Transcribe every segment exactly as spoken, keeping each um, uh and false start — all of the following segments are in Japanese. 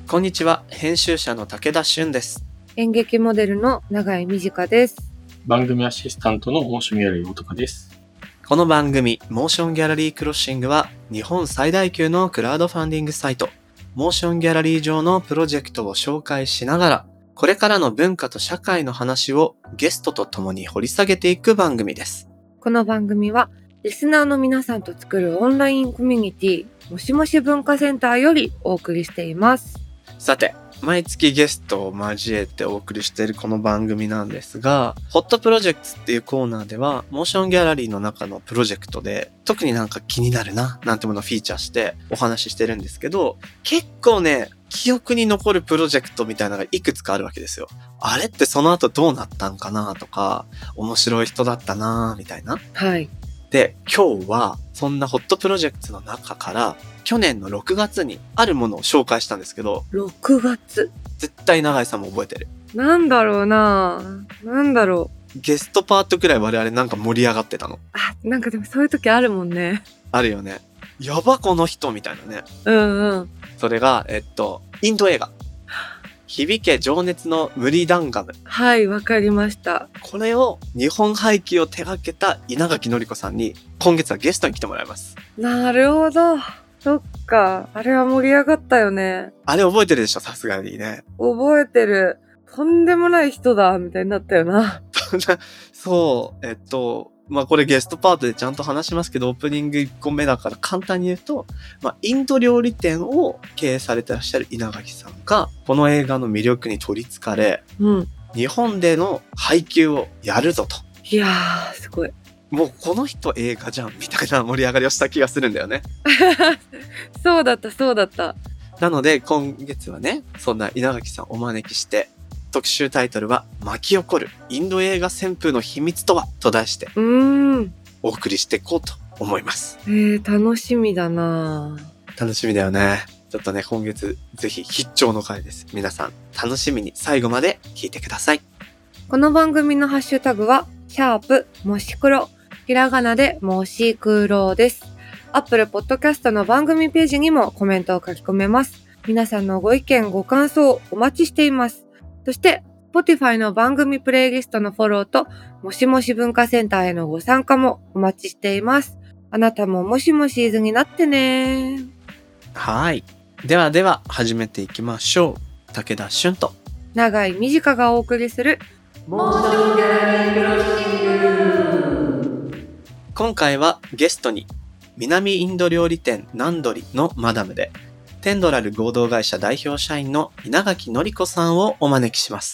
こんにちは、編集者の武田俊です。 演劇モデルの永井美智香です。 番組アシスタントのモーションギャラリー男です。 この番組、モーションギャラリークロッシングは、日本最大級のクラウドファンディングサイト、モーションギャラリー上のプロジェクトを紹介しながら、これからの文化と社会の話をゲストと共に掘り下げていく番組です。 この番組は、リスナーの皆さんと作るオンラインコミュニティ、もしもし文化センターよりお送りしています。 さて、毎月ゲストを交えてお送りしているこの番組なんですが、ホットプロジェクトっていうコーナーでは、モーションギャラリーの中のプロジェクトで、特になんか気になるな、なんてものをフィーチャーしてお話ししてるんですけど、結構ね、記憶に残るプロジェクトみたいなのがいくつかあるわけですよ。あれってその後どうなったんかなとか、面白い人だったなみたいな。 はい。 で、今日はそんなホットプロジェクトの中から、去年のろくがつにあるものを紹介したんですけど、 ろくがつ。 絶対永井さんも覚えてる。 なんだろうななんだろう。ゲストパートくらい我々なんか盛り上がってたの。 あ、なんかでもそういう時あるもんね。 あるよね。やばこの人みたいなね。 うんうん。 それが、えっと、インド映画。響け情熱のムリダンガム。 はい、わかりました。 これを日本配給を手掛けた稲垣のり子さんに今月はゲストに来てもらいます。 なるほど。そっか。あれは盛り上がったよね。 あれ覚えてるでしょ、さすがにね。 覚えてる。とんでもない人だ、みたいになったよな。 そう、えっと、まあこれゲストパートでちゃんと話しますけど、オープニングいっこめだから簡単に言うと、まあインド料理店を経営されてらっしゃる稲垣さんが、この映画の魅力に取り憑かれ、 うん、 日本での配給をやるぞと。 いやー、すごい。 もうこの人映画じゃんみたいな盛り上がりをした気がするんだよね。 そうだった、そうだった。 なので今月はね、そんな稲垣さんをお招きして、特集タイトルは巻き起こるインド映画旋風の秘密とはと題してうーんお送りしていこうと思います。 えー、楽しみだな。 楽しみだよね。ちょっとね、今月ぜひ必聴の回です。皆さん楽しみに最後まで聞いてください。 この番組のハッシュタグはシャープもし黒、ひらがなでもし黒です。Apple Podcast の番組ページにもコメントを書き込めます。皆さんのご意見ご感想お待ちしています。そして、Spotify の番組プレイリストのフォローと、もしもし文化センターへのご参加もお待ちしています。あなたももしもしーずになってね。 はい。ではでは始めていきましょう。武田俊と永井美智香がお送りするモーションギャラリークロッシング。 今回はゲストに南インド料理店ナンドリのマダムでテンドラル合同会社代表社員の稲垣のり子さんをお招きします。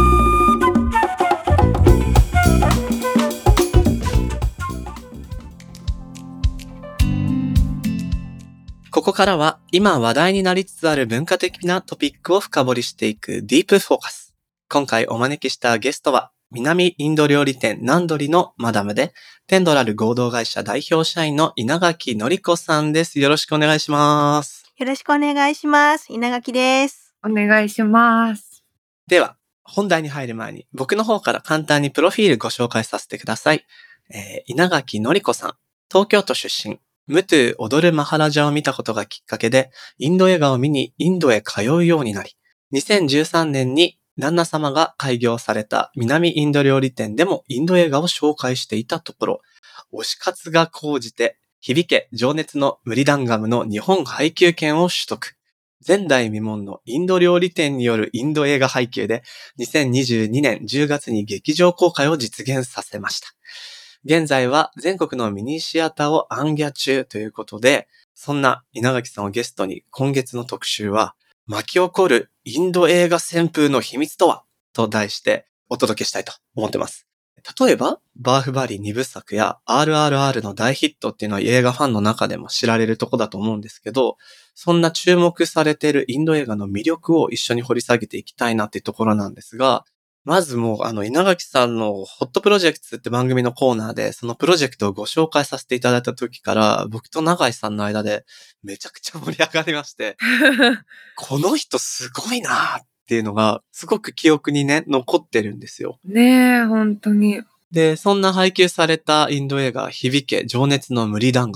ここからは今話題になりつつある文化的なトピックを深掘りしていくディープフォーカス。今回お招きしたゲストは南インド料理店ナンドリのマダムでテンドラル合同会社代表社員の稲垣のり子さんです。よろしくお願いします。 よろしくお願いします。稲垣です。 お願いします。 では、本題に入る前に僕の方から簡単にプロフィールご紹介させてください。えー、稲垣のり子さん、東京都出身。ムトゥ踊るマハラジャを見たことがきっかけで、インド映画を見にインドへ通うようになり、にせんじゅうさんねんに旦那様が開業された南インド料理店でもインド映画を紹介していたところ、推し活が高じて、響け情熱のムリダンガムの日本配給権を取得。前代未聞のインド料理店によるインド映画配給でにせんにじゅうにねんじゅうがつに劇場公開を実現させました。現在は全国のミニシアターを行脚中ということで、そんな稲垣さんをゲストに今月の特集は巻き起こるインド映画旋風の秘密とはと題してお届けしたいと思ってます。例えば、バーフバリにぶさくや アールアールアール の大ヒットっていうのは映画ファンの中でも知られるとこだと思うんですけど、そんな注目されているインド映画の魅力を一緒に掘り下げていきたいなっていうところなんですが、まずもうあの稲垣さんのホットプロジェクトって番組のコーナーでそのプロジェクトをご紹介させていただいた時から僕と永井さんの間でめちゃくちゃ盛り上がりましてこの人すごいなっていうのがすごく記憶にね残ってるんですよ。 ねえ、本当に。 で、そんな配給されたインド映画響け情熱のムリダンガム。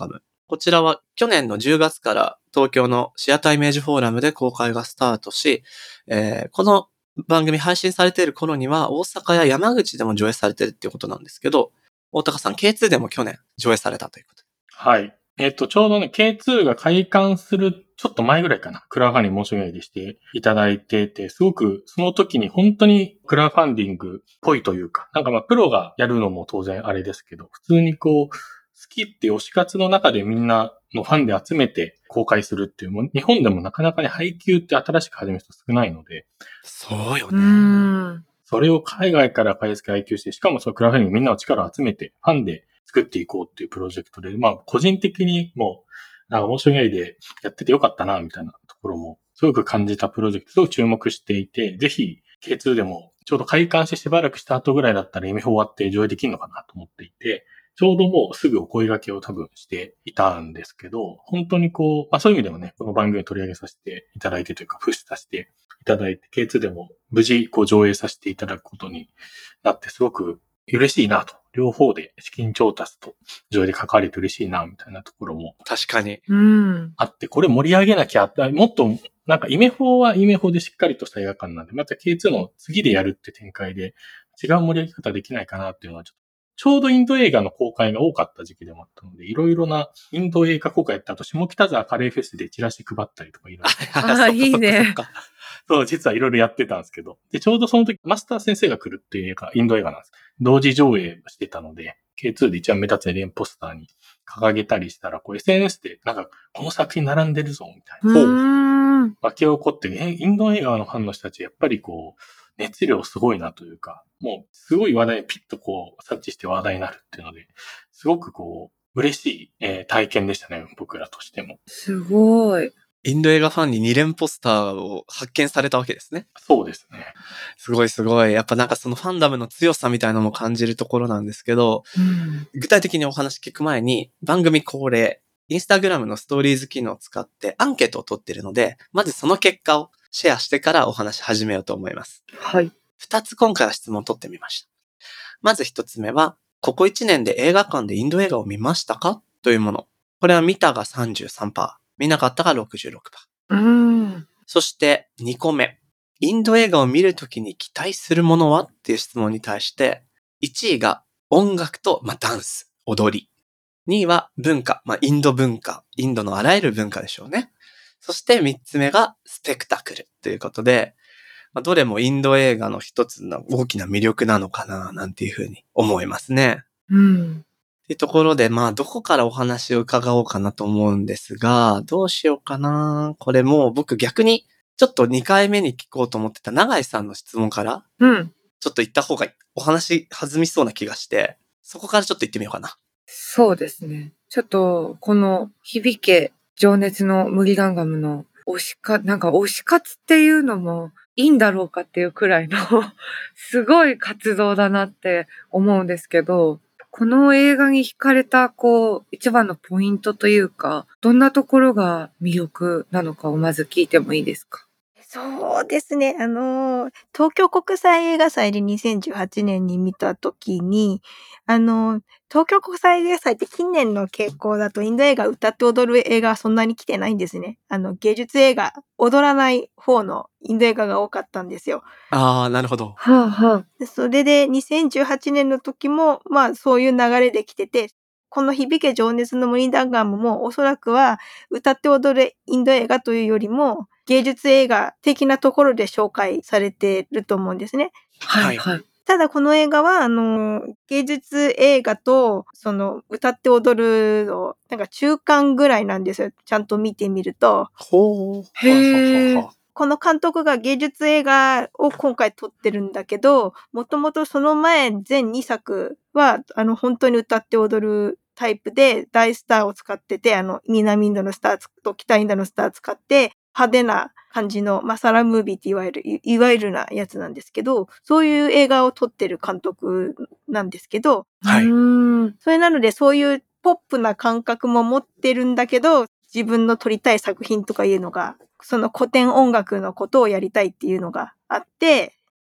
こちらは去年のじゅうがつから東京のシアターイメージフォーラムで公開がスタートし、えーこの番組配信されている頃には大阪や山口でも上映されているっていうことなんですけど、大高さん ケーツー でも去年上映されたということで。 はい。えっと、ちょうどね、ケーツー が開館するちょっと前ぐらいかな。クラウドファンディング申し上げしていただいてて、すごくその時に本当にクラウドファンディングっぽいというか、なんかまあプロがやるのも当然あれですけど、普通にこう、好きって推し活の中でみんなのファンで集めて公開するっていう、もう日本でもなかなかね、配給って新しく始める人少ないので、 うそうよね。 ーん。 それを海外から買い付け配給して、しかもそのクラウドファンディングみんなの力を集めて、ファンで作っていこうっていうプロジェクトで、まあ個人的にもう、なんか面白いでやっててよかったな、みたいなところもすごく感じたプロジェクト、すごく注目していて、ぜひ ケーツー でもちょうど開館してしばらくした後ぐらいだったら夢終わって上映できるのかなと思っていて、ちょうどもうすぐお声掛けを多分していたんですけど、本当にこう、まあそういう意味でもね、この番組を取り上げさせていただいてというか、プッシュさせていただいて、ケーツー でも無事こう上映させていただくことになってすごく嬉しいなと。両方で資金調達と上映で関われて嬉しいな、みたいなところも確かに。 うん。 あって、これ盛り上げなきゃ、もっと、なんかイメフォーはイメフォーでしっかりとした映画館なんで、また ケーツー の次でやるって展開で違う盛り上げ方できないかなっていうのはちょっと、ちょうどインド映画の公開が多かった時期でもあったので、いろいろなインド映画公開やった後、下北沢カレーフェスでチラシ配ったりとかいろいろ。 あーいいね。 そう、実はいろいろやってたんですけど。で、ちょうどその時、マスター先生が来るっていう映画、インド映画なんです。同時上映してたので、ケーツー で一番目立つエレンポスターに掲げたりしたら、こう エスエヌエス でなんか、この作品並んでるぞ、みたいな。 うーん。 湧き起こって、えインド映画のファンの人たち、やっぱりこう、熱量すごいなというか、もう、すごい話題、ピッとこう、察知して話題になるっていうので、すごくこう、嬉しい、えー体験でしたね、僕らとしても。 すごい。 インド映画ファンにに連ポスターを発見されたわけですね。 そうですね。 すごいすごい。やっぱなんかそのファンダムの強さみたいなのも感じるところなんですけど、 うん。 具体的にお話聞く前に番組恒例、インスタグラムのストーリーズ機能を使ってアンケートを取っているので、まずその結果をシェアしてからお話し始めようと思います。 はい。 二つ今回は質問を取ってみました。まず一つ目は、ここ一年で映画館でインド映画を見ましたかというもの。これは見たが さんじゅうさんパーセント、見なかったが ろくじゅうろくパーセント。 うーん。 そしてにこめ。インド映画を見るときに期待するものはっていう質問に対して、いちいが音楽と、まあ、ダンス、踊り。にいは文化、まあ、インド文化、インドのあらゆる文化でしょうね。そしてみっつめがスペクタクルということで、まあ、どれもインド映画の一つの大きな魅力なのかな、なんていうふうに思いますね。 うん。 っていうところで、まあ、どこからお話を伺おうかなと思うんですが、どうしようかな。これもう僕逆に、ちょっとにかいめに聞こうと思ってた永井さんの質問から、 うん。 ちょっと言った方がお話弾みそうな気がして、そこからちょっと言ってみようかな。 そうですね。ちょっと、この、響け、情熱の無理ガンガムの推しか、なんか推し活っていうのもいいんだろうかっていうくらいのすごい活動だなって思うんですけど、この映画に惹かれた、こう、一番のポイントというか、どんなところが魅力なのかをまず聞いてもいいですか？ そうですね。あの、東京国際映画祭でにせんじゅうはちねんに見たときに、あの、東京国際映画祭って近年の傾向だとインド映画歌って踊る映画はそんなに来てないんですね。あの、芸術映画、踊らない方のインド映画が多かったんですよ。 ああ、なるほど。 はあはあ。 でそれでにせんじゅうはちねんの時も、まあそういう流れで来てて、この響け情熱の無理ダンガムもおそらくは歌って踊るインド映画というよりも芸術映画的なところで紹介されてると思うんですね。 はいはい。 ただこの映画は、あの、芸術映画と、その、歌って踊るの、なんか中間ぐらいなんですよ。ちゃんと見てみると。 ほう。 へーははははこの監督が芸術映画を今回撮ってるんだけど、もともとその前全にさくは、あの、本当に歌って踊るタイプで大スターを使ってて、あの、南インドのスターと北インドのスター使って派手な感じのマサラムービーっていわゆる、いいわゆるなやつなんですけど、そういう映画を撮ってる監督なんですけど、 はい。 うーん。 それなのでそういうポップな感覚も持ってるんだけど、自分の撮りたい作品とかいうのが、その古典音楽のことをやりたいっていうのがあって、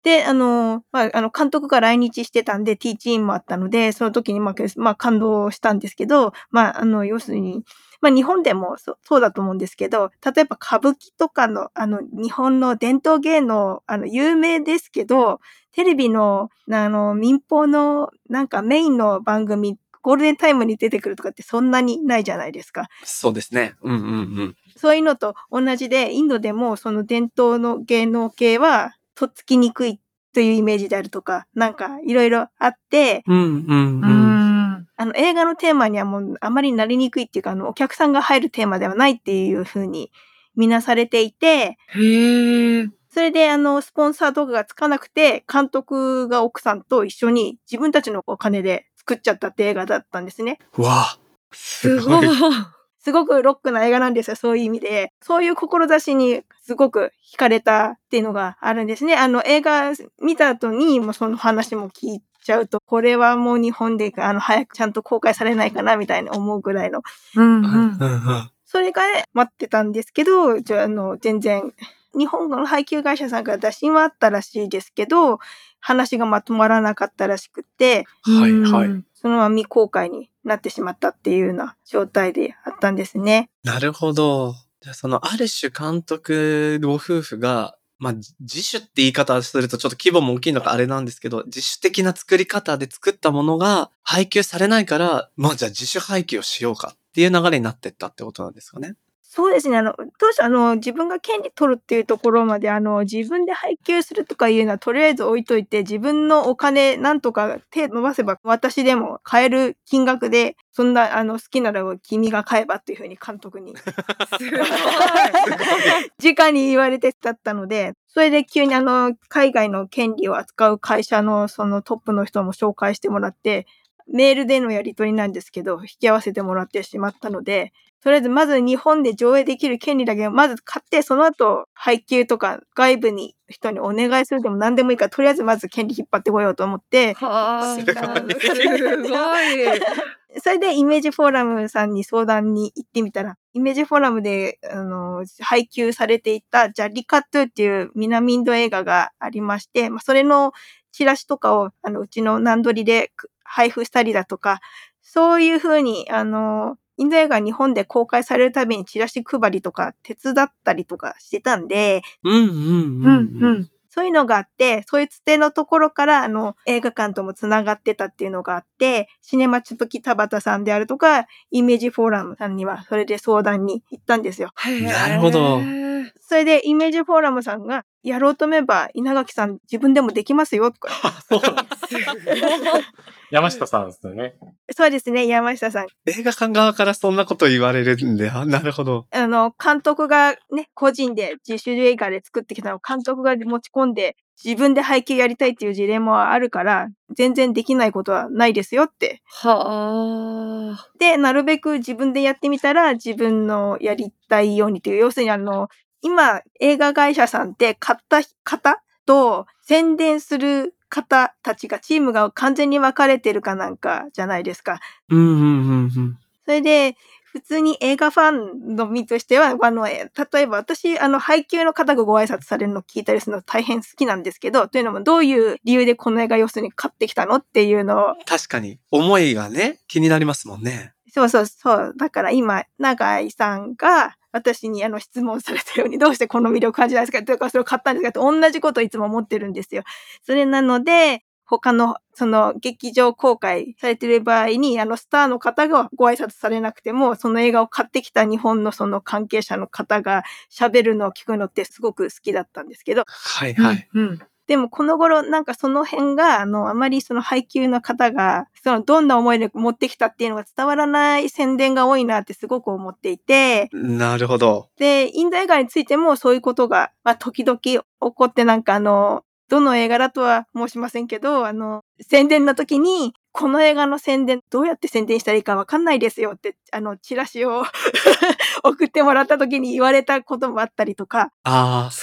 で、あの、まあ、あの、監督が来日してたんで、ティーチインもあったので、その時に、まあ、まあ、感動したんですけど、まあ、あの、要するに、まあ、日本でもそそうだと思うんですけど、例えば歌舞伎とかの、あの、日本の伝統芸能、あの、有名ですけど、テレビの、あの、民放の、なんかメインの番組、ゴールデンタイムに出てくるとかってそんなにないじゃないですか。 そうですね。うんうんうん。 そういうのと同じで、インドでもその伝統の芸能系は、とっつきにくいというイメージであるとか、なんかいろいろあって、 うんうんううん。 ん。 あの映画のテーマにはもうあまりなりにくいっていうか、あのお客さんが入るテーマではないっていう風に見なされていて、 へえ。 それであのスポンサーとかがつかなくて、監督が奥さんと一緒に自分たちのお金で作っちゃったって映画だったんですね。 うわ、すすごい。 ごい。 すごくロックな映画なんですよ、そういう意味で。そういう志にすごく惹かれたっていうのがあるんですね。あの映画見た後にもうその話も聞いちゃうと、これはもう日本であの早くちゃんと公開されないかなみたいに思うぐらいの。 うんうんうん。 うんうん。 それが待ってたんですけど、じゃあ、あの、全然、日本の配給会社さんから打診はあったらしいですけど、話がまとまらなかったらしくて、 はいはい。 うんそのまま未公開になってしまったっていうような状態であったんですね。 なるほど。じゃあそのある種監督ご夫婦が、まあ自主って言い方をするとちょっと規模も大きいのかあれなんですけど、自主的な作り方で作ったものが配給されないから、まあじゃあ自主配給をしようかっていう流れになってったってことなんですかね。 そうですね。あの、当初、あの、自分が権利取るっていうところまで、あの、自分で配給するとかいうのは、とりあえず置いといて、自分のお金、なんとか手伸ばせば、私でも買える金額で、そんな、あの、好きなら君が買えばっていうふうに監督に、 すごい。 直に言われてだったので、それで急にあの、海外の権利を扱う会社のそのトップの人も紹介してもらって、メールでのやり取りなんですけど、引き合わせてもらってしまったので、とりあえずまず日本で上映できる権利だけまず買って、その後配給とか外部に人にお願いするでも何でもいいから、とりあえずまず権利引っ張ってこようと思って、 はあ、 すごいすごい。 それでイメージフォーラムさんに相談に行ってみたら、イメージフォーラムで、あの、配給されていたジャリカトゥっていう南インド映画がありまして、まあ、それのチラシとかを、あの、うちのナンドリで配布したりだとか、そういうふうに、あの、インド映画日本で公開されるたびにチラシ配りとか手伝ったりとかしてたんで、 うんうんうん、 ううんんうん。 そういうのがあって、そういうつてのところから、あの、映画館ともつながってたっていうのがあって、シネマチュトキ田畑さんであるとか、イメージフォーラムさんには、それで相談に行ったんですよ。 なるほど。 それで、イメージフォーラムさんが、やろうと思えば、稲垣さん自分でもできますよ、とか。 そうなんです。 すごい。 山下さんですよね。 そうですね、山下さん。 映画館側からそんなこと言われるんで、あ、なるほど。 あの、監督がね、個人で自主映画で作ってきたのを監督が持ち込んで、自分で配給やりたいっていう事例もあるから、全然できないことはないですよって。 はあ。 で、なるべく自分でやってみたら、自分のやりたいようにっていう、要するにあの、今、映画会社さんって買った方と宣伝する方たちが、チームが完全に分かれてるかなんかじゃないですか。 うんうんうんうん。 それで、普通に映画ファンの身としては、あの、例えば私、あの、配給の方がご挨拶されるのを聞いたりするの大変好きなんですけど、というのもどういう理由でこの映画要するに買ってきたのっていうのを。 確かに、思いがね、気になりますもんね。 そうそうそう。だから今、永井さんが私にあの質問されたように、どうしてこの魅力感じないですかというか、それを買ったんですかって同じことをいつも思ってるんですよ。それなので、他の、その、劇場公開されている場合に、あの、スターの方がご挨拶されなくても、その映画を買ってきた日本のその関係者の方が喋るのを聞くのってすごく好きだったんですけど。 はいはい。 うんうんでもこの頃なんかその辺があのあまりその配給の方がそのどんな思いで持ってきたっていうのが伝わらない宣伝が多いなってすごく思っていて、 なるほど。 でインド映画についてもそういうことがまあ時々起こって、なんかあのどの映画だとは申しませんけど、あの宣伝の時にこの映画の宣伝どうやって宣伝したらいいかわかんないですよってあのチラシを送ってもらった時に言われたこともあったりとか。 ああ、 そっ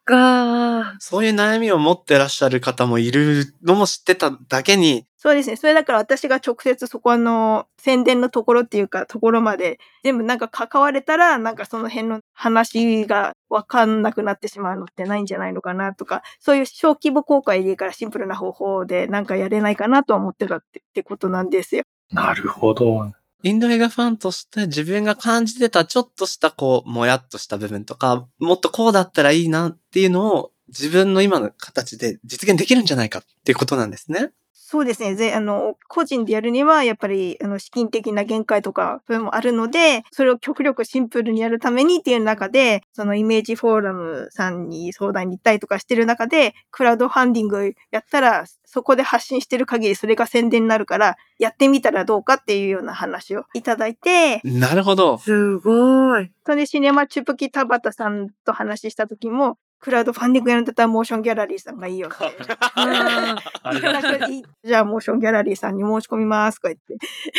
か。 そういう悩みを持ってらっしゃる方もいるのも知ってただけに、 そうですね。それだから私が直接そこの宣伝のところっていうかところまで全部なんか関われたらなんかその辺の話がわかんなくなってしまうのってないんじゃないのかなとか、そういう小規模公開でいいからシンプルな方法でなんかやれないかなと思ってたって、ってことなんですよ。 なるほど。 インド映画ファンとして自分が感じてたちょっとしたこう、もやっとした部分とか、もっとこうだったらいいなっていうのを自分の今の形で実現できるんじゃないかっていうことなんですね。 そうですね。ぜ、あの、個人でやるには、やっぱり、あの、資金的な限界とか、そういうのもあるので、それを極力シンプルにやるためにっていう中で、そのイメージフォーラムさんに相談に行ったりとかしてる中で、クラウドファンディングやったら、そこで発信してる限りそれが宣伝になるから、やってみたらどうかっていうような話をいただいて、 なるほど。 すごい。 それでシネマチュプキ田畑さんと話した時も、クラウドファンディングやるんだったらモーションギャラリーさんがいいよって。 あありがとうじゃあモーションギャラリーさんに申し込みますとか言って。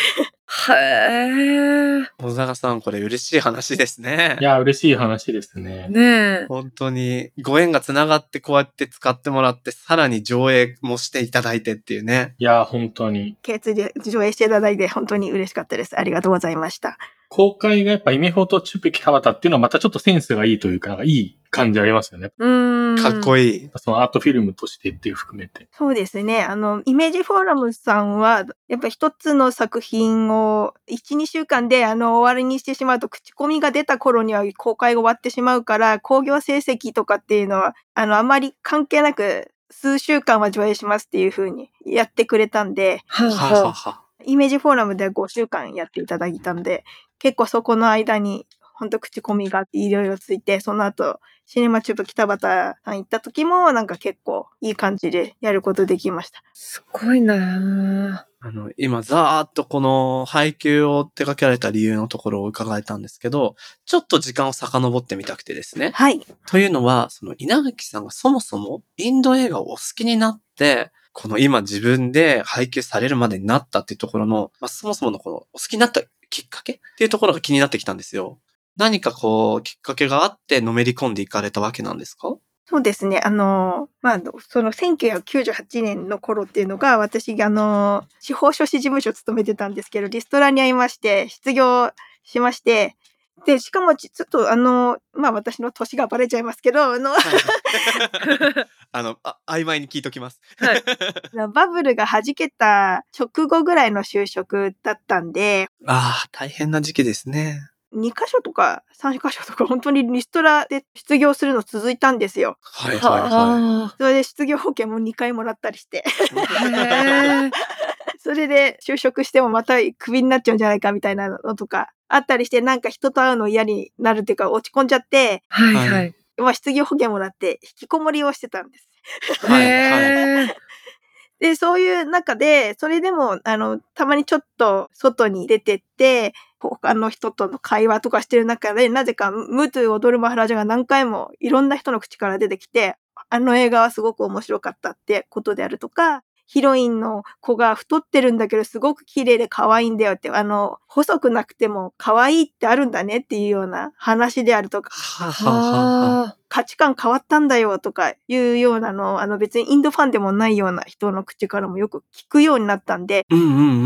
へえ。 小坂さん、これ嬉しい話ですね。 いや、嬉しい話ですね。 ねえ。 本当にご縁がつながってこうやって使ってもらって、さらに上映もしていただいてっていうね。 いや、本当に。 ケーツーで上映していただいて本当に嬉しかったです。ありがとうございました。 公開がやっぱイメフォとチュペキ田畑っていうのはまたちょっとセンスがいいというか、なんかいい感じありますよね。 うーん。 かっこいい。 そのアートフィルムとしてっていう含めて。 そうですね。あの、イメージフォーラムさんは、やっぱり一つの作品をいち、にしゅうかんであの終わりにしてしまうと、口コミが出た頃には公開が終わってしまうから、興行成績とかっていうのは、あの、あまり関係なく、数週間は上映しますっていう風にやってくれたんで、 はあはあ、はあはあ。 はあ、 イメージフォーラムではごしゅうかんやっていただいたんで、結構そこの間に、ほんと口コミがいろいろついて、その後、シネマチューブ北畑さん行った時も、なんか結構いい感じでやることできました。 すごいなあの、今、ざーっとこの配給を手掛けられた理由のところを伺えたんですけど、ちょっと時間を遡ってみたくてですね。 はい。 というのは、その稲垣さんがそもそもインド映画をお好きになって、この今自分で配給されるまでになったっていうところの、まあ、そもそものこのお好きになったきっかけっていうところが気になってきたんですよ。何かこう、きっかけがあってのめり込んでいかれたわけなんですか？ そうですね。あの、まあ、そのせんきゅうひゃくきゅうじゅうはちねんの頃っていうのが、私があの、司法書士事務所を務めてたんですけど、リストラに会いまして、失業しまして、で、しかもちょっとあの、まあ私の年がバレちゃいますけど、あの、 はい、あの、あ、曖昧に聞いときます。 はい。 バブルが弾けた直後ぐらいの就職だったんで、 ああ、大変な時期ですね。 にかしょとかさんかしょとか本当にリストラで失業するの続いたんですよ。 はいはいははそれで失業保険もにかいもらったりして。 あ。へえ。 それで就職してもまたクビになっちゃうんじゃないかみたいなのとかあったりして、なんか人と会うの嫌になるっていうか落ち込んじゃって、 はいは。 はいまあ失業保険もらって引きこもりをしてたんです。 い。はいはい。 へえ。 で、そういう中で、それでも、あの、たまにちょっと外に出てって、他の人との会話とかしてる中で、なぜかムトゥ踊るマハラジャが何回もいろんな人の口から出てきて、あの映画はすごく面白かったってことであるとか、ヒロインの子が太ってるんだけどすごく綺麗で可愛いんだよって、あの、細くなくても可愛いってあるんだねっていうような話であるとか、 はあ、はあはあはあ、 価値観変わったんだよとかいうようなのを、あの別にインドファンでもないような人の口からもよく聞くようになったんで、 うんうんうんうん。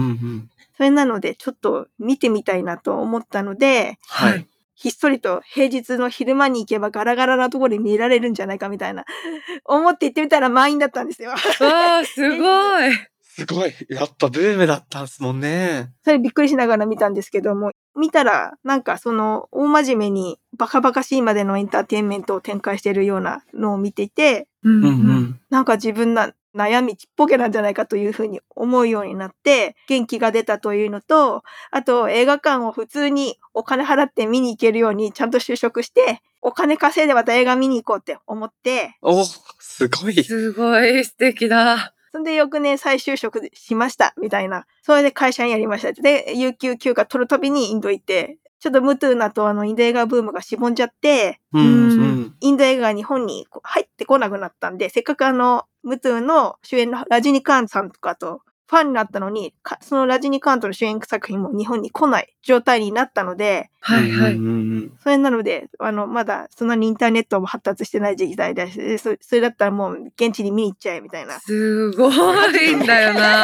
それなのでちょっと見てみたいなと思ったので、 はい。 ひっそりと平日の昼間に行けばガラガラなところで見られるんじゃないかみたいな、思って行ってみたら満員だったんですよ。 わあ、すごい。 すごい。やっぱブームだったんですもんね。 それびっくりしながら見たんですけども、見たらなんかその大真面目にバカバカしいまでのエンターテインメントを展開しているようなのを見ていて、 うんうんうん。 なんか自分な悩みちっぽけなんじゃないかというふうに思うようになって、元気が出たというのと、あと映画館を普通にお金払って見に行けるようにちゃんと就職して、お金稼いでまた映画見に行こうって思って、 お、すごい。 すごい素敵だ。 そんで翌年再就職しました、みたいな。それで会社員やりました。で、有給休暇取るたびにインド行って、ちょっとムトゥーナとあのインド映画ブームがしぼんじゃって、 うんうん。 インド映画が日本に入ってこなくなったんで、せっかくあの、ムトゥーの主演のラジニカーンさんとかとファンになったのに、そのラジニカントの主演作品も日本に来ない状態になったので、 はいはい。 うんうん、 それなので、あの、まだそんなにインターネットも発達してない時代だし、そそれだったらもう現地に見に行っちゃえみたいな。 すごいんだよな。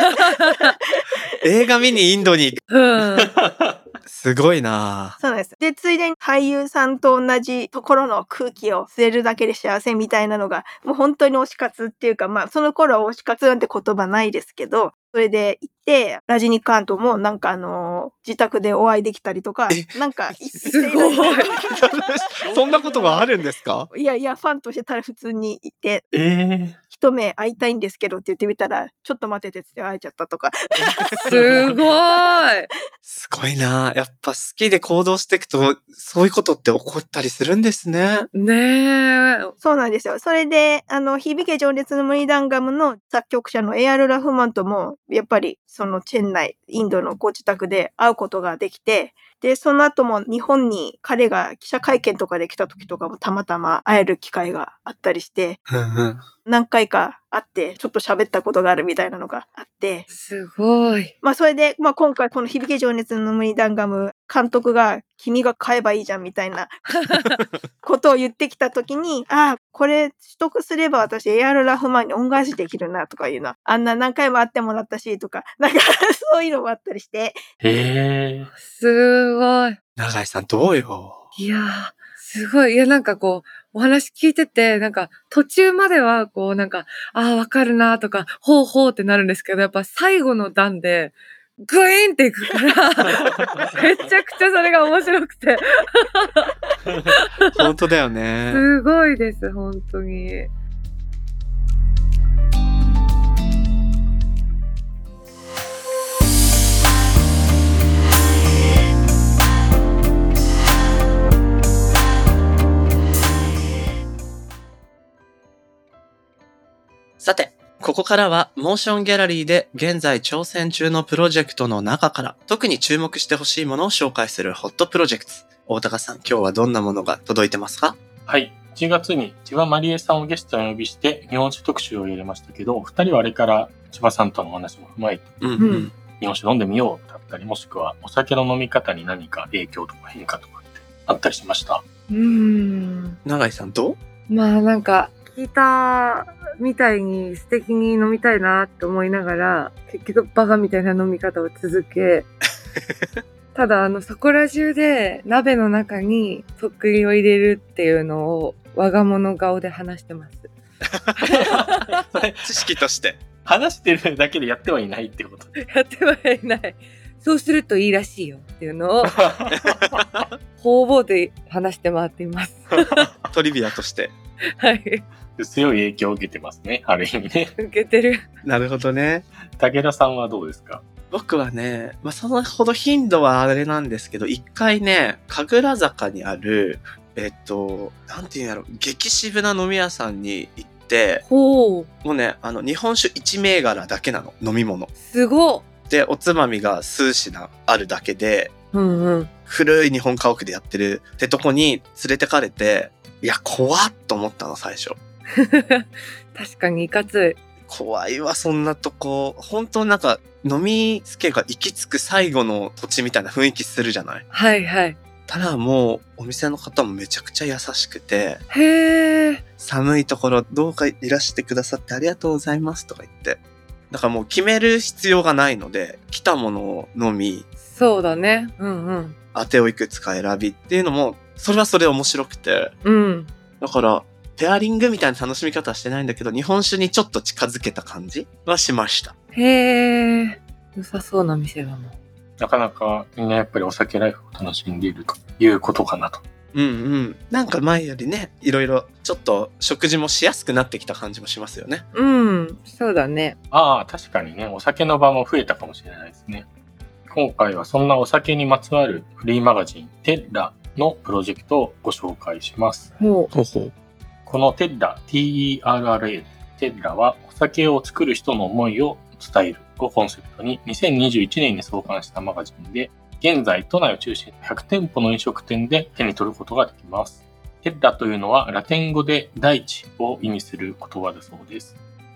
映画見にインドに行く。 うん。 すごいな。 そうなんです。で、ついでに俳優さんと同じところの空気を吸えるだけで幸せみたいなのが、もう本当に推し活っていうか、まあその頃は推し活なんて言葉ないですけど、それで行って、ラジニカントもなんかあのー、自宅でお会いできたりとか、なんか、 すごい。 そんなことがあるんですか？ いやいや、ファンとしてたら普通にいて、 えー、 一目会いたいんですけどって言ってみたら、ちょっと待っててって会えちゃったとか。 すごい。 すごいな。やっぱ好きで行動していくと、そういうことって起こったりするんですね。 ねえ。 そうなんですよ。それで、あの、響け情熱のムニダンガムの作曲者のエアル・ラフマンとも、やっぱり、そのチェン内、インドのご自宅で会うことができて、で、その後も日本に彼が記者会見とかで来た時とかもたまたま会える機会があったりして、 うんうん、 何回か会って、ちょっと喋ったことがあるみたいなのがあって。 すごい。 まあそれで、まあ今回この響け情熱のムニダンガム、監督が君が買えばいいじゃんみたいなことを言ってきたときに、ああ、これ取得すれば私エアロ・ラフマンに恩返しできるなとかいうな。あんな何回も会ってもらったしとか、なんかそういうのもあったりして。 へー。 すごい。 永井さんどうよ。 いやー、すごい。いや、なんかこう、お話聞いてて、なんか途中まではこうなんか、ああ、わかるなとか、ほうほうってなるんですけど、やっぱ最後の段で、グイーンっていくから、めちゃくちゃそれが面白くて。 本当だよね。 すごいです、本当に。 さて、ここからはモーションギャラリーで現在挑戦中のプロジェクトの中から特に注目してほしいものを紹介するホットプロジェクト。大高さん、今日はどんなものが届いてますか？ はい。いちがつに千葉まりえさんをゲストにお呼びして日本酒特集を入れましたけど、ふたりはあれから千葉さんとのお話も踏まえて、 うんうん、 日本酒飲んでみようだったり、もしくはお酒の飲み方に何か影響とか変化とかってあったりしました？ うーん。 永井さんどう？ まあなんか、聞いたみたいに素敵に飲みたいなって思いながら、結局バカみたいな飲み方を続け、ただあのそこら中で鍋の中にとっくりを入れるっていうのを我が物顔で話してます。 知識として。 話してるだけでやってはいないってこと？ やってはいない。そうするといいらしいよっていうのを方々で話して回っています。 トリビアとして。 はい。 強い影響を受けてますね、ある意味ね。 受けてる。 なるほどね。 武田さんはどうですか？ 僕はね、まあ、そのほど頻度はあれなんですけど、一回ね、神楽坂にある、えっと、なんていうんやろ、激渋な飲み屋さんに行って、 ほう。 もうね、あの、日本酒いち銘柄だけなの、飲み物。 すごっ。 で、おつまみが数品あるだけで、 うんうん。 古い日本家屋でやってるってとこに連れてかれて、いや、怖っと思ったの、最初。 確かにいかつい。 怖いわ、そんなとこ。本当なんか、飲みつけが行き着く最後の土地みたいな雰囲気するじゃない？ はいはい。 ただもう、お店の方もめちゃくちゃ優しくて、 へー。 寒いところどうかいらしてくださってありがとうございますとか言って。だからもう決める必要がないので、来たものを飲み、 そうだね。うんうん。 当てをいくつか選びっていうのも、それはそれ面白くて。 うん。 だから、ペアリングみたいな楽しみ方はしてないんだけど、日本酒にちょっと近づけた感じはしました。 へー。良さそうな店だな。 なかなかみんなやっぱりお酒ライフを楽しんでいるということかなと。 うんうん。なんか前よりね、いろいろちょっと食事もしやすくなってきた感じもしますよね。 うん、そうだね。 ああ、確かにね、お酒の場も増えたかもしれないですね。今回はそんなお酒にまつわるフリーマガジンテッラのプロジェクトをご紹介します。 ほう。 ほうほう。 このテッラ、ティーイーアールアールエー、テッラはお酒を作る人の思いを伝えるをコンセプトににせんにじゅういちねんに創刊したマガジンで、現在都内を中心にひゃくてんぽの飲食店で手に取ることができます。テッラというのはラテン語で大地を意味する言葉だそうです。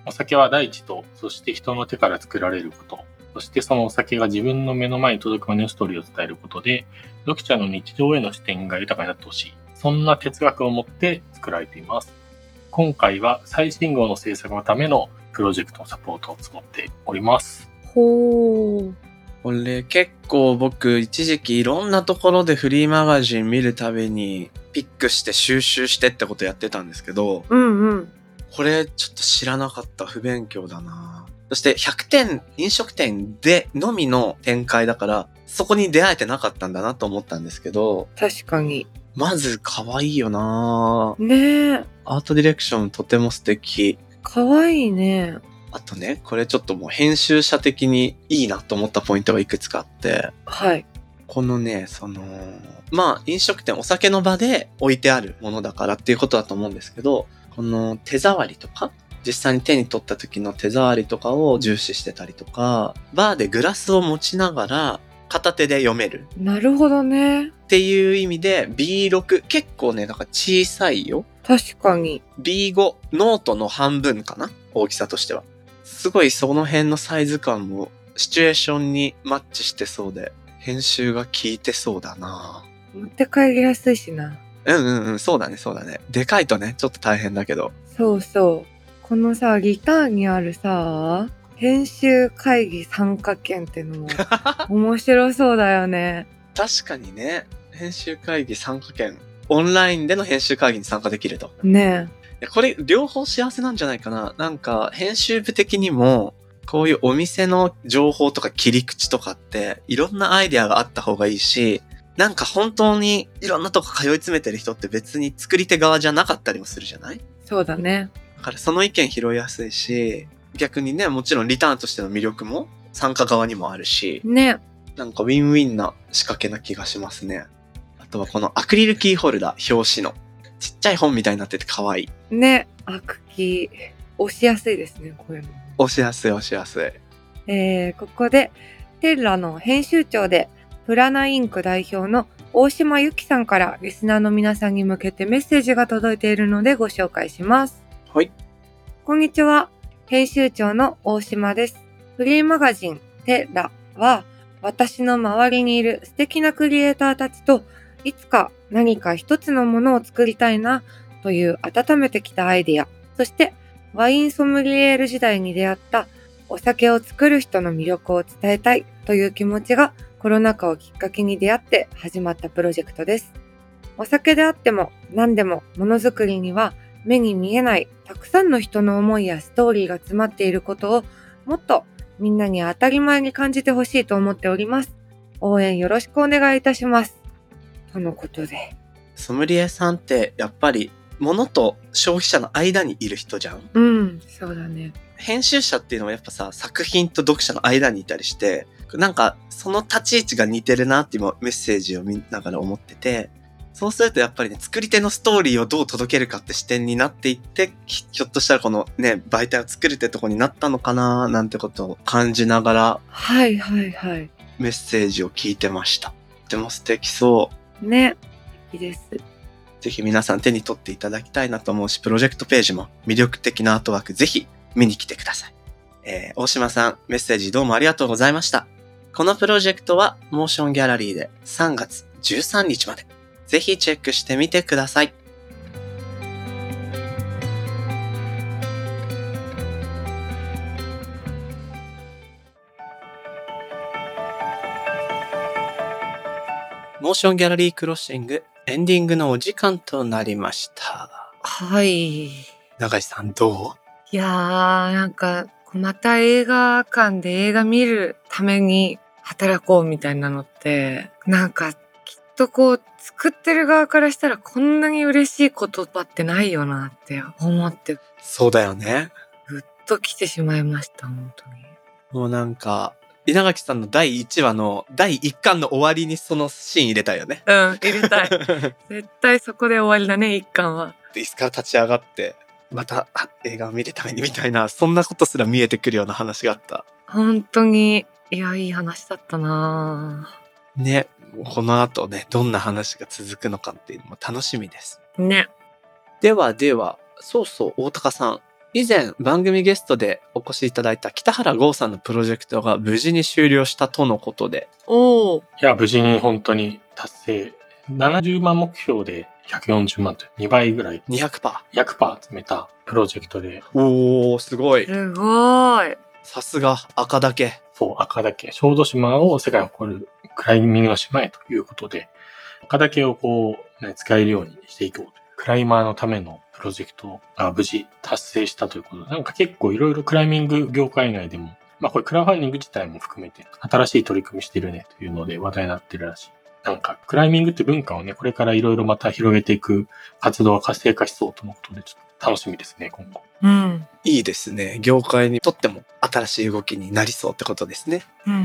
お酒は大地と、そして人の手から作られること、そしてそのお酒が自分の目の前に届くまでのストーリーを伝えることで、読者の日常への視点が豊かになってほしい。そんな哲学を持って作られています。今回は最新号の制作のためのプロジェクトのサポートを募っております。 ほー。 これ結構僕一時期いろんなところでフリーマガジン見るたびにピックして収集してってことやってたんですけど、 うんうん。 これちょっと知らなかった。不勉強だな。そしてひゃくてん飲食店でのみの展開だからそこに出会えてなかったんだなと思ったんですけど、 確かに。 まず可愛いよな。 ねえ。 アートディレクションとても素敵。 かわいいね。 あとね、これちょっともう編集者的にいいなと思ったポイントがいくつかあって、 はい。 このね、その、まあ飲食店、お酒の場で置いてあるものだからっていうことだと思うんですけど、この手触りとか、実際に手に取った時の手触りとかを重視してたりとか、バーでグラスを持ちながら片手で読めるなるほどね。 っていう意味で ビーろく、結構ね、なんか小さいよ。 確かに。 ビーご、ノートの半分かな？大きさとしては。すごいその辺のサイズ感もシチュエーションにマッチしてそうで、編集が効いてそうだな。 持って帰りやすいしな。 うんうんうん、そうだね、そうだね。でかいとね、ちょっと大変だけど。 そうそう。このさ、リターンにあるさ、編集会議参加券ってのも面白そうだよね。 確かにね、編集会議参加券。オンラインでの編集会議に参加できると。 ねいやこれ両方幸せなんじゃないかな。なんか編集部的にもこういうお店の情報とか切り口とかっていろんなアイデアがあった方がいいし、なんか本当にいろんなとこ通い詰めてる人って別に作り手側じゃなかったりもするじゃない？ そうだね。 だからその意見拾いやすいし、逆にね、もちろんリターンとしての魅力も参加側にもあるし、 ね。 なんかウィンウィンな仕掛けな気がしますね。あとはこのアクリルキーホルダー、表紙の。ちっちゃい本みたいになってて可愛い。 ね。アクキー。押しやすいですね、こういうの。 押しやすい押しやすい。 えー、ここで、テッラの編集長で、プラナインク代表の大島由紀さんからリスナーの皆さんに向けてメッセージが届いているのでご紹介します。 はい。 こんにちは。編集長の大島です。フリーマガジンテッラは、私の周りにいる素敵なクリエイターたちといつか何か一つのものを作りたいなという温めてきたアイデア、そしてワインソムリエール時代に出会ったお酒を作る人の魅力を伝えたいという気持ちがコロナ禍をきっかけに出会って始まったプロジェクトです。お酒であっても何でもものづくりには目に見えないたくさんの人の思いやストーリーが詰まっていることをもっとみんなに当たり前に感じてほしいと思っております。応援よろしくお願いいたします。とのことで。 ソムリエさんってやっぱり物と消費者の間にいる人じゃん。 うん、そうだね。 編集者っていうのはやっぱさ、作品と読者の間にいたりして、なんかその立ち位置が似てるなって今メッセージを見ながら思ってて、そうするとやっぱりね、作り手のストーリーをどう届けるかって視点になっていって、ひひょっとしたらこのね、媒体を作るってとこになったのかななんてことを感じながらはいはいはい。 メッセージを聞いてました。とても素敵そう。 ね。いいです。 ぜひ皆さん手に取っていただきたいなと思うし、プロジェクトページも魅力的なアートワークぜひ見に来てください。えー、大島さん、メッセージどうもありがとうございました。このプロジェクトはモーションギャラリーでさんがつじゅうさんにちまで。ぜひチェックしてみてください。モーションギャラリークロッシングエンディングのお時間となりました。 はい。 永井さんどいやー、なんか、また映画館で映画見るために働こうみたいなのって、なんか、きっとこう、作ってる側からしたらこんなに嬉しい言葉ってないよなって思って。 そうだよね。 ぐっと来てしまいました、本当に。 もうなんか、稲垣さんのだいいちわのだいいっかんの終わりにそのシーン入れたいよね。 うん、入れたい。絶対そこで終わりだね、一巻は。 椅子から立ち上がって、また映画を見るためにみたいな、そんなことすら見えてくるような話があった。 本当に、いや、いい話だったなね、この後ね、どんな話が続くのかっていうのも楽しみです。 ね。 ではでは、そうそう、大高さん。 以前番組ゲストでお越しいただいた北原剛さんのプロジェクトが無事に終了したとのことで。 おー。 いや、無事に本当に達成。ななじゅうまん目標でひゃくよんじゅうまんというにばいぐらい。 にひゃくパーセント。 ひゃくパーセント 集めたプロジェクトで。 おー、すごい。 すごい。 さすが赤岳。 そう、赤岳。小豆島を世界に誇るクライミングの島へということで、赤岳をこう、ね、使えるようにしていこうという。クライマーのためのプロジェクトが無事達成したということで、なんか結構いろいろクライミング業界内でも、まあこれクラウドファンディング自体も含めて新しい取り組みしてるねというので話題になってるらしい。なんかクライミングって文化をね、これからいろいろまた広げていく活動が活性化しそうとのことで、ちょっと楽しみですね、今後。 うん。 いいですね。業界にとっても新しい動きになりそうってことですね。 うんうん。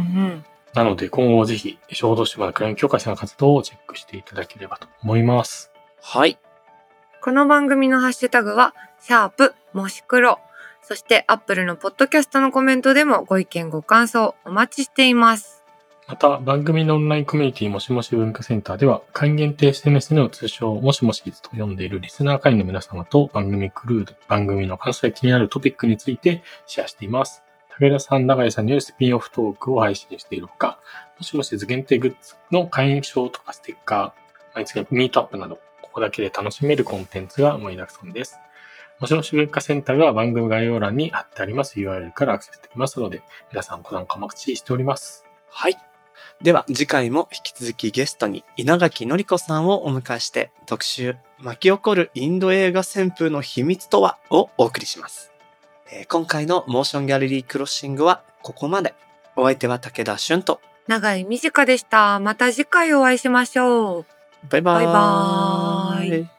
なので今後ぜひ小豆島のクライミング協会さんの活動をチェックしていただければと思います。 はい。 この番組のハッシュタグは、シャープもし黒。そしてアップルのポッドキャストのコメントでもご意見ご感想お待ちしています。 また、番組のオンラインコミュニティもしもし文化センターでは、会員限定 エスエヌエス の通称もしもしと呼んでいるリスナー会員の皆様と番組クルーで番組の感想や気になるトピックについてシェアしています。武田さん、永井さんによるスピンオフトークを配信しているほか、もしもし限定グッズの会員証とかステッカー、毎月ミートアップなど、ここだけで楽しめるコンテンツが盛りだくさんです。もしもし文化センターは番組概要欄に貼ってあります ユーアールエル からアクセスできますので、皆さんご参加お待ちしております。 はい。では次回も引き続きゲストに稲垣のり子さんをお迎えして特集巻き起こるインド映画旋風の秘密とはをお送りします。えー、今回のモーションギャラリークロッシングはここまで。お相手は武田俊と長井美智香でした。また次回お会いしましょう。 バイバーイ。 バイバーイ。